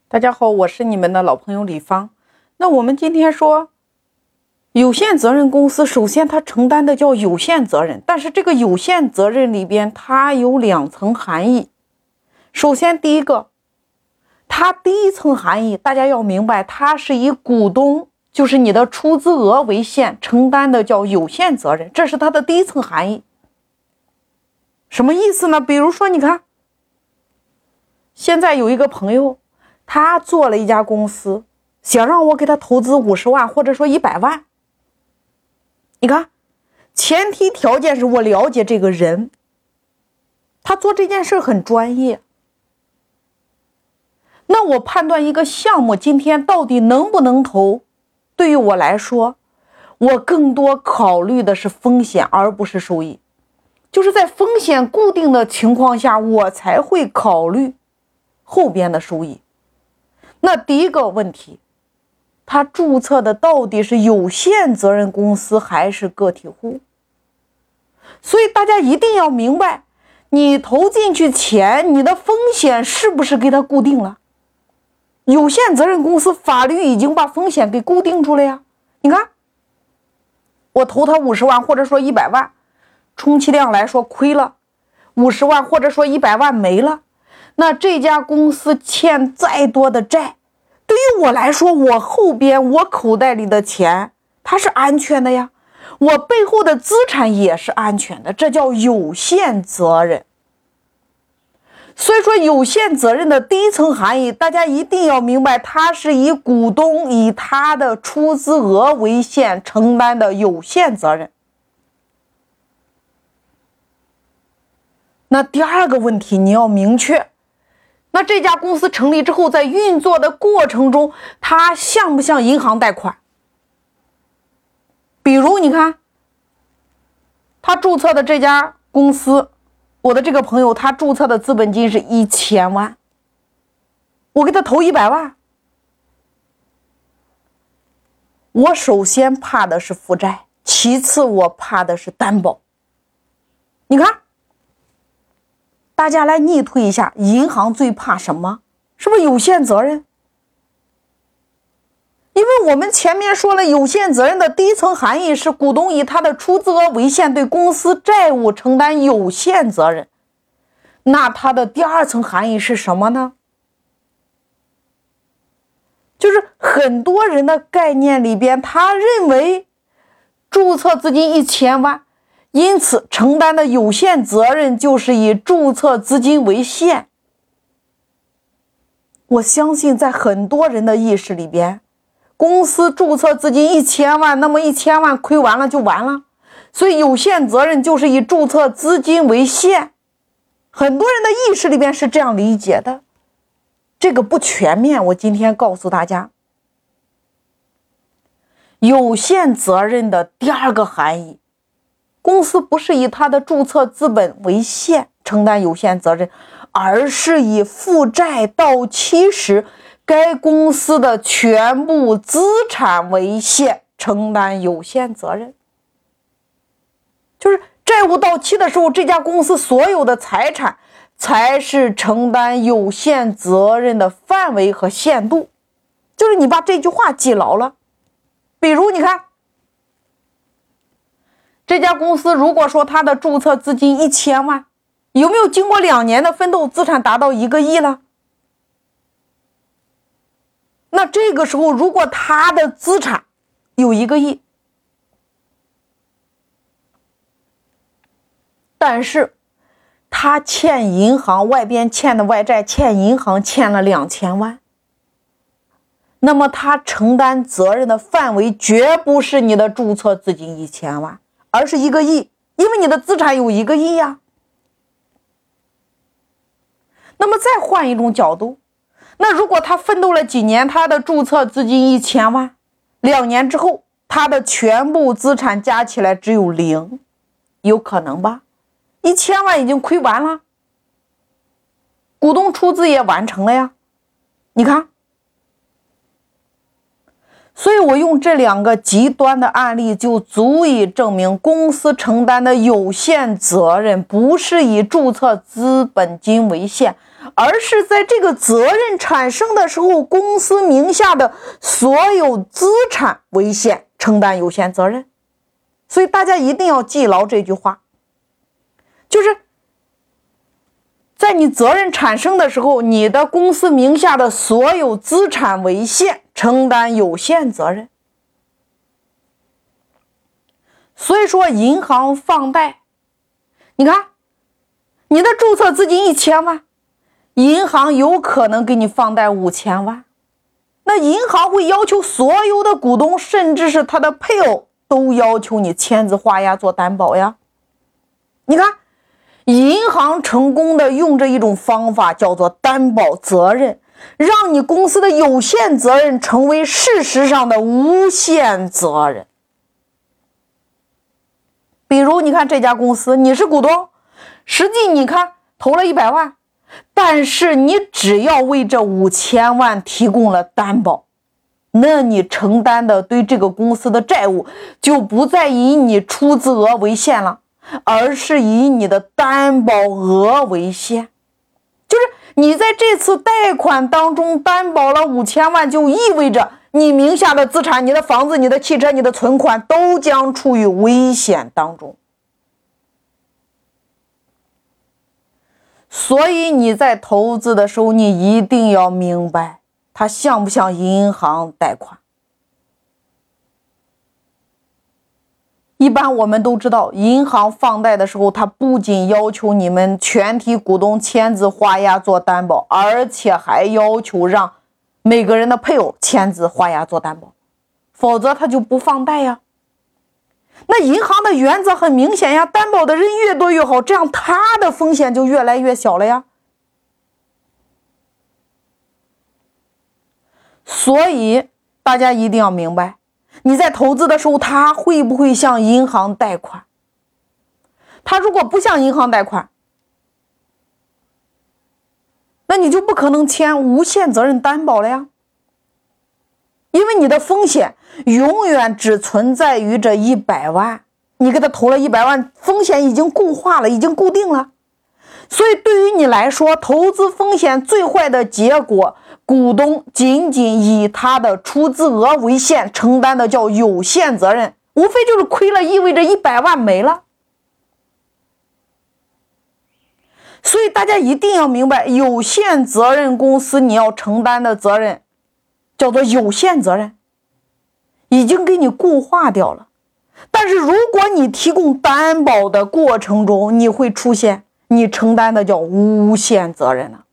大家好，我是你们的老朋友李芳。那我们今天说有限责任公司，首先它承担的叫有限责任，但是这个有限责任里边它有两层含义。首先第一个，它第一层含义大家要明白，它是以股东，就是你的出资额为限，承担的叫有限责任，这是它的第一层含义。什么意思呢？比如说你看，现在有一个朋友，他做了一家公司，想让我给他投资50万或者说100万。你看，前提条件是我了解这个人，他做这件事很专业。那我判断一个项目今天到底能不能投，对于我来说，我更多考虑的是风险而不是收益。就是在风险固定的情况下，我才会考虑后边的收益。那第一个问题，他注册的到底是有限责任公司还是个体户？所以大家一定要明白，你投进去钱，你的风险是不是给它固定了？有限责任公司法律已经把风险给固定住了呀。你看，我投他50万或者说100万，充其量来说亏了50万或者说100万没了，那这家公司欠再多的债，对于我来说，我后边我口袋里的钱它是安全的呀，我背后的资产也是安全的，这叫有限责任。所以说有限责任的第一层含义，大家一定要明白，它是以股东以他的出资额为限承担的有限责任。那第二个问题你要明确，那这家公司成立之后，在运作的过程中，它向不向银行贷款？比如你看，他注册的这家公司，我的这个朋友他注册的资本金是1000万，我给他投100万，我首先怕的是负债，其次我怕的是担保。你看，大家来逆推一下，银行最怕什么？是不是有限责任？因为我们前面说了，有限责任的第一层含义是股东以他的出资额为限，对公司债务承担有限责任。那它的第二层含义是什么呢？就是很多人的概念里边，他认为注册资金1000万，因此承担的有限责任就是以注册资金为限。我相信在很多人的意识里边，公司注册资金1000万，那么1000万亏完了就完了，所以有限责任就是以注册资金为限。很多人的意识里边是这样理解的，这个不全面。我今天告诉大家，有限责任的第二个含义，公司不是以它的注册资本为限承担有限责任，而是以负债到期时该公司的全部资产为限承担有限责任。就是债务到期的时候，这家公司所有的财产才是承担有限责任的范围和限度。就是你把这句话记牢了。比如你看，这家公司如果说它的注册资金1000万，有没有经过2年的奋斗，资产达到1个亿了？那这个时候如果它的资产有1个亿，但是他欠银行外边欠的外债，欠银行欠了2000万，那么他承担责任的范围绝不是你的注册资金1000万，而是1个亿，因为你的资产有1个亿呀。那么再换一种角度，那如果他奋斗了几年，他的注册资金1000万，2年之后他的全部资产加起来只有0，有可能吧？1000万已经亏完了，股东出资也完成了呀。你看，所以我用这2个极端的案例就足以证明，公司承担的有限责任不是以注册资本金为限， 而是在这个责任产生的时候，公司名下的所有资产为限，承担有限责任。所以大家一定要记牢这句话，就是在你责任产生的时候，你的公司名下的所有资产为限，承担有限责任。所以说银行放贷，你看你的注册资金1000万，银行有可能给你放贷5000万，那银行会要求所有的股东，甚至是他的配偶，都要求你签字画押做担保呀。你看银行成功的用这一种方法叫做担保责任，让你公司的有限责任成为事实上的无限责任。比如你看这家公司，你是股东，实际你看投了100万，但是你只要为这5000万提供了担保，那你承担的对这个公司的债务就不再以你出资额为限了，而是以你的担保额为限。就是你在这次贷款当中担保了5000万，就意味着你名下的资产，你的房子，你的汽车，你的存款都将处于危险当中。所以你在投资的时候，你一定要明白它像不像银行贷款。一般我们都知道，银行放贷的时候，它不仅要求你们全体股东签字画押做担保，而且还要求让每个人的配偶签字画押做担保，否则他就不放贷呀。那银行的原则很明显呀，担保的人越多越好，这样他的风险就越来越小了呀。所以大家一定要明白，你在投资的时候，他会不会向银行贷款？他如果不向银行贷款，那你就不可能签无限责任担保了呀。因为你的风险永远只存在于这100万，你给他投了100万，风险已经固化了，已经固定了。所以对于你来说，投资风险最坏的结果，股东仅仅以他的出资额为限，承担的叫有限责任，无非就是亏了，意味着100万没了。所以大家一定要明白，有限责任公司你要承担的责任叫做有限责任，已经给你固化掉了。但是如果你提供担保的过程中，你会出现你承担的叫无限责任了。